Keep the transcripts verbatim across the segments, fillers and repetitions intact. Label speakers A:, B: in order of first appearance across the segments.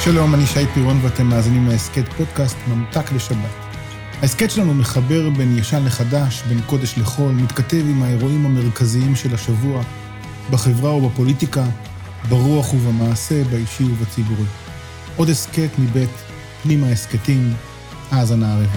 A: שלום, אני שי פירון ואתם מאזינים להסקט פודקאסט ממתק לשבת. ההסקט שלנו מחבר בין ישן לחדש, בין קודש לחול, מתכתב עם האירועים המרכזיים של השבוע, בחברה ובפוליטיקה, ברוח ובמעשה, באישי ובציבורי. עוד הסקט מבית פנימה הסקטים, האזנה ערבה.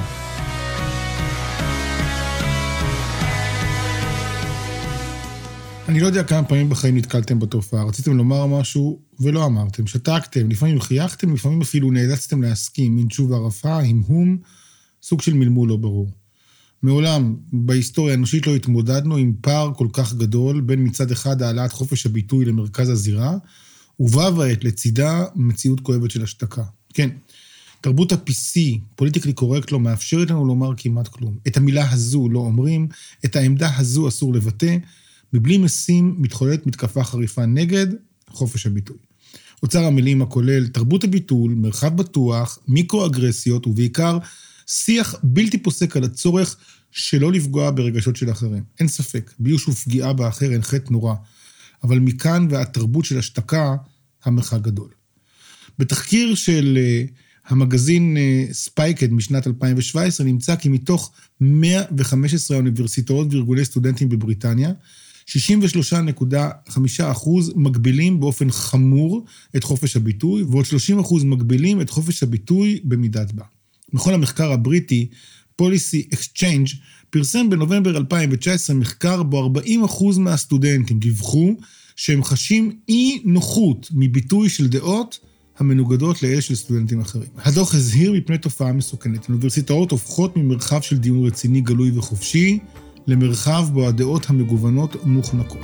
A: אני לא יודע כמה פעמים בחיים נתקלתם בתופעה, רציתם לומר משהו ולא אמרתם, שתקתם, לפעמים חייכתם, לפעמים אפילו נאלצתם להסכים, מין תשובה רפה, המהום, סוג של מלמול לא ברור. מעולם, בהיסטוריה האנושית לא התמודדנו עם פער כל כך גדול, בין מצד אחד העלאת חופש הביטוי למרכז הזירה, ובה ועת לצידה מציאות כואבת של השתקה. כן, תרבות ה-פי סי, פוליטיקלי קורקט, לא מאפשרת לנו לומר כמעט כלום. את המילה הזו לא אומרים, את העמדה הזו אסור לבטא, מבלי משים מתחוללת מתקפה חריפה נגד חופש הביטוי. אוצר המילים הכולל תרבות הביטול, מרחב בטוח, מיקרו-אגרסיות ובעיקר שיח בלתי פוסק על הצורך שלא לפגוע ברגשות של אחרים. אין ספק, ביוש ופגיעה באחר אין חטא נורא, אבל מכאן והתרבות של השתקה המרחק גדול. בתחקיר של המגזין ספייקד משנת אלפיים שבע עשרה נמצא כי מתוך מאה וחמש עשרה אוניברסיטאות וארגוני סטודנטים בבריטניה, שישים ושלושה נקודה חמישה אחוז מגבילים באופן חמור את חופש הביטוי, ועוד שלושים אחוז מגבילים את חופש הביטוי במידת בה. מכון המחקר הבריטי, Policy Exchange, פרסם בנובמבר אלפיים תשע עשרה מחקר בו ארבעים אחוז מהסטודנטים דיווחו שהם חשים אי נוחות מביטוי של דעות המנוגדות לאלה של סטודנטים אחרים. הדוח הזהיר מפני תופעה מסוכנת. האוניברסיטאות הופכות ממרחב של דיון רציני, גלוי וחופשי, למרחב בו הדעות המגוונות מוחנקות.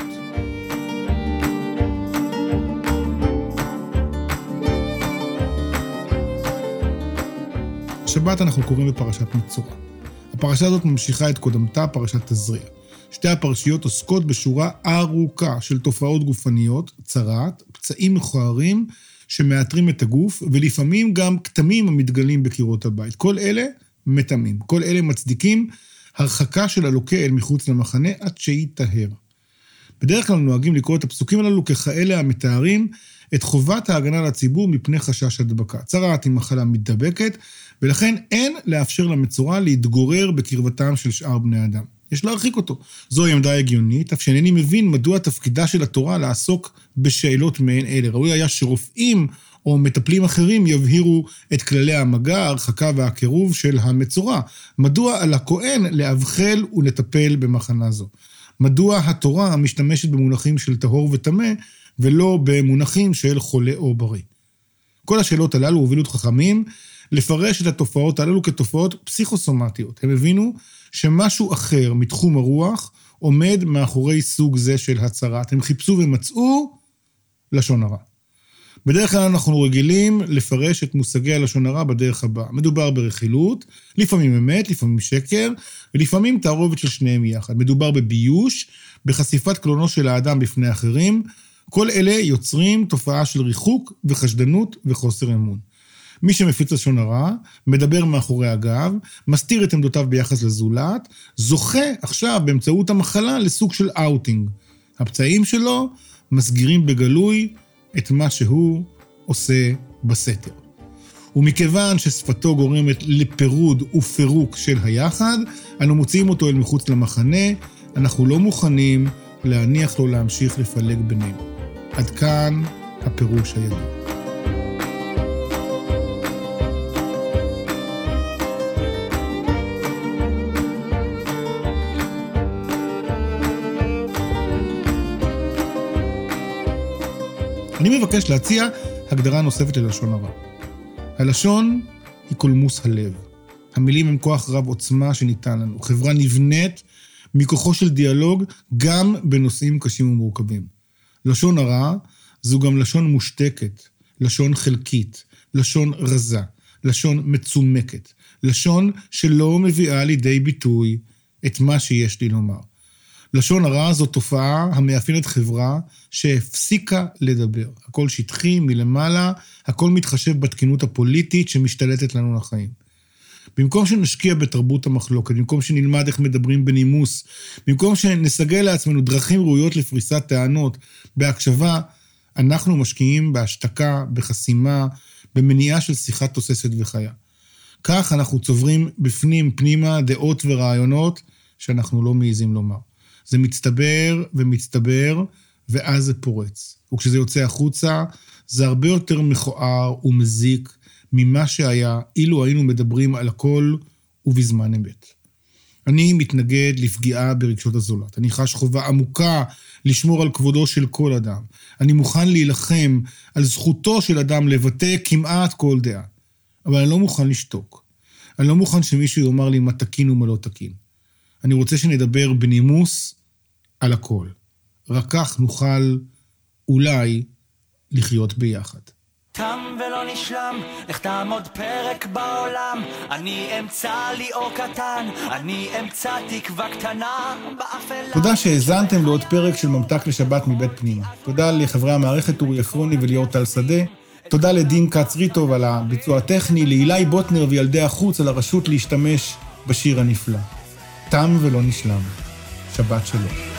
A: בשבת אנחנו קוראים בפרשת מצורע. הפרשה הזאת ממשיכה את קודמתה, פרשת תזריע. שתי הפרשיות עוסקות בשורה ארוכה של תופעות גופניות, צרעת, פצעים מכוערים שמאתרים את הגוף, ולפעמים גם כתמים המתגלים בקירות הבית. כל אלה מטמאים, כל אלה מצדיקים הרחקה של הלוקה אל מחוץ למחנה עד שיטהר. בדרך כלל נוהגים לקרוא את הפסוקים הללו ככאלה המתארים את חובת ההגנה לציבור מפני חשש הדבקה. צרעת היא מחלה מתדבקת, ולכן אין לאפשר למצורע להתגורר בקרבתם של שאר בני אדם. יש להרחיק אותו. זוהי עמדה הגיונית, אף שאינני מבין מדוע תפקידה של התורה לעסוק בשאלות מעין אלה. ראוי היה שרופאים או מטפלים אחרים יבהירו את כללי המגע, ההרחקה והקירוב של המצורע. מדוע על הכהן להבחל ולטפל במחנה זו? מדוע התורה משתמשת במונחים של טהור וטמא, ולא במונחים של חולה או בריא? כל השאלות הללו הובילו את חכמים לפרש את התופעות הללו כתופעות פסיכוסומטיות. הם הבינו שמשהו אחר מתחום הרוח עומד מאחורי סוג זה של הצרת. הם חיפשו ומצאו לשון הרע. בדרך כלל אנחנו רגילים לפרש את מושגי הלשון הרע בדרך הבאה. מדובר ברכילות, לפעמים אמת, לפעמים שקר, ולפעמים תערובת של שניהם יחד. מדובר בביוש, בחשיפת קלונו של האדם בפני אחרים. כל אלה יוצרים תופעה של ריחוק וחשדנות וחוסר אמון. מי שמפיץ לשון הרע, מדבר מאחורי הגב, מסתיר את עמדותיו ביחס לזולת, זוכה עכשיו באמצעות המחלה לסוג של אאוטינג. הפצעים שלו מסגירים בגלוי את מה שהוא עושה בסתר. ומכיוון ששפתו גורמת לפירוד ופירוק של היחד, אנו מוציאים אותו אל מחוץ למחנה, אנחנו לא מוכנים להניח לו להמשיך לפלג בינינו. עד כאן הפירוש הידוע. אני מבקש להציע הגדרה נוספת ללשון הרע. הלשון היא קולמוס הלב. המילים הם כוח רב עוצמה שניתן לנו. חברה נבנית מכוחו של דיאלוג גם בנושאים קשים ומורכבים. לשון הרע זו גם לשון מושתקת, לשון חלקית, לשון רזה, לשון מצומקת, לשון שלא מביאה לידי ביטוי את מה שיש לי לומר. לשון הרע זו תופעה המאפיינת חברה שהפסיקה לדבר. הכל שטחי, מלמעלה, הכל מתחשב בתקינות הפוליטית שמשתלטת לנו לחיים. במקום שנשקיע בתרבות המחלוקת, במקום שנלמד איך מדברים בנימוס, במקום שנסגל לעצמנו דרכים ראויות לפריסת טענות, בהקשבה, אנחנו משקיעים בהשתקה, בחסימה, במניעה של שיחת תוססת וחיה. כך אנחנו צוברים בפנים פנימה דעות ורעיונות שאנחנו לא מעיזים לומר. זה מצטבר ומצטבר, ואז זה פורץ. וכשזה יוצא החוצה, זה הרבה יותר מכוער ומזיק ממה שהיה, אילו היינו מדברים על הכל ובזמן אמת. אני מתנגד לפגיעה ברגשות הזולת. אני חש חובה עמוקה לשמור על כבודו של כל אדם. אני מוכן להילחם על זכותו של אדם לבטא כמעט כל דעה. אבל אני לא מוכן לשתוק. אני לא מוכן שמישהו יאמר לי מה תקין ומה לא תקין. אני רוצה שנדבר בנימוס על הכל. רק כך נוכל אולי לחיות ביחד.
B: תם ולא נשלם, לך תעמוד פרק בעולם. אני אמצא לי אור קטן, אני אמצא תקווה קטנה באפלה.
A: תודה שהאזנתם לעוד פרק של ממתק לשבת מבית פנימה. תודה לחברי המערכת אורי אפרוני וליאור טל שדה. תודה לדין קץ ריטוב על הביצוע הטכני, לאילי בוטנר וילדי החוץ על הרשות להשתמש בשיר הנפלא. תם ולא נשלם. שבת שלום.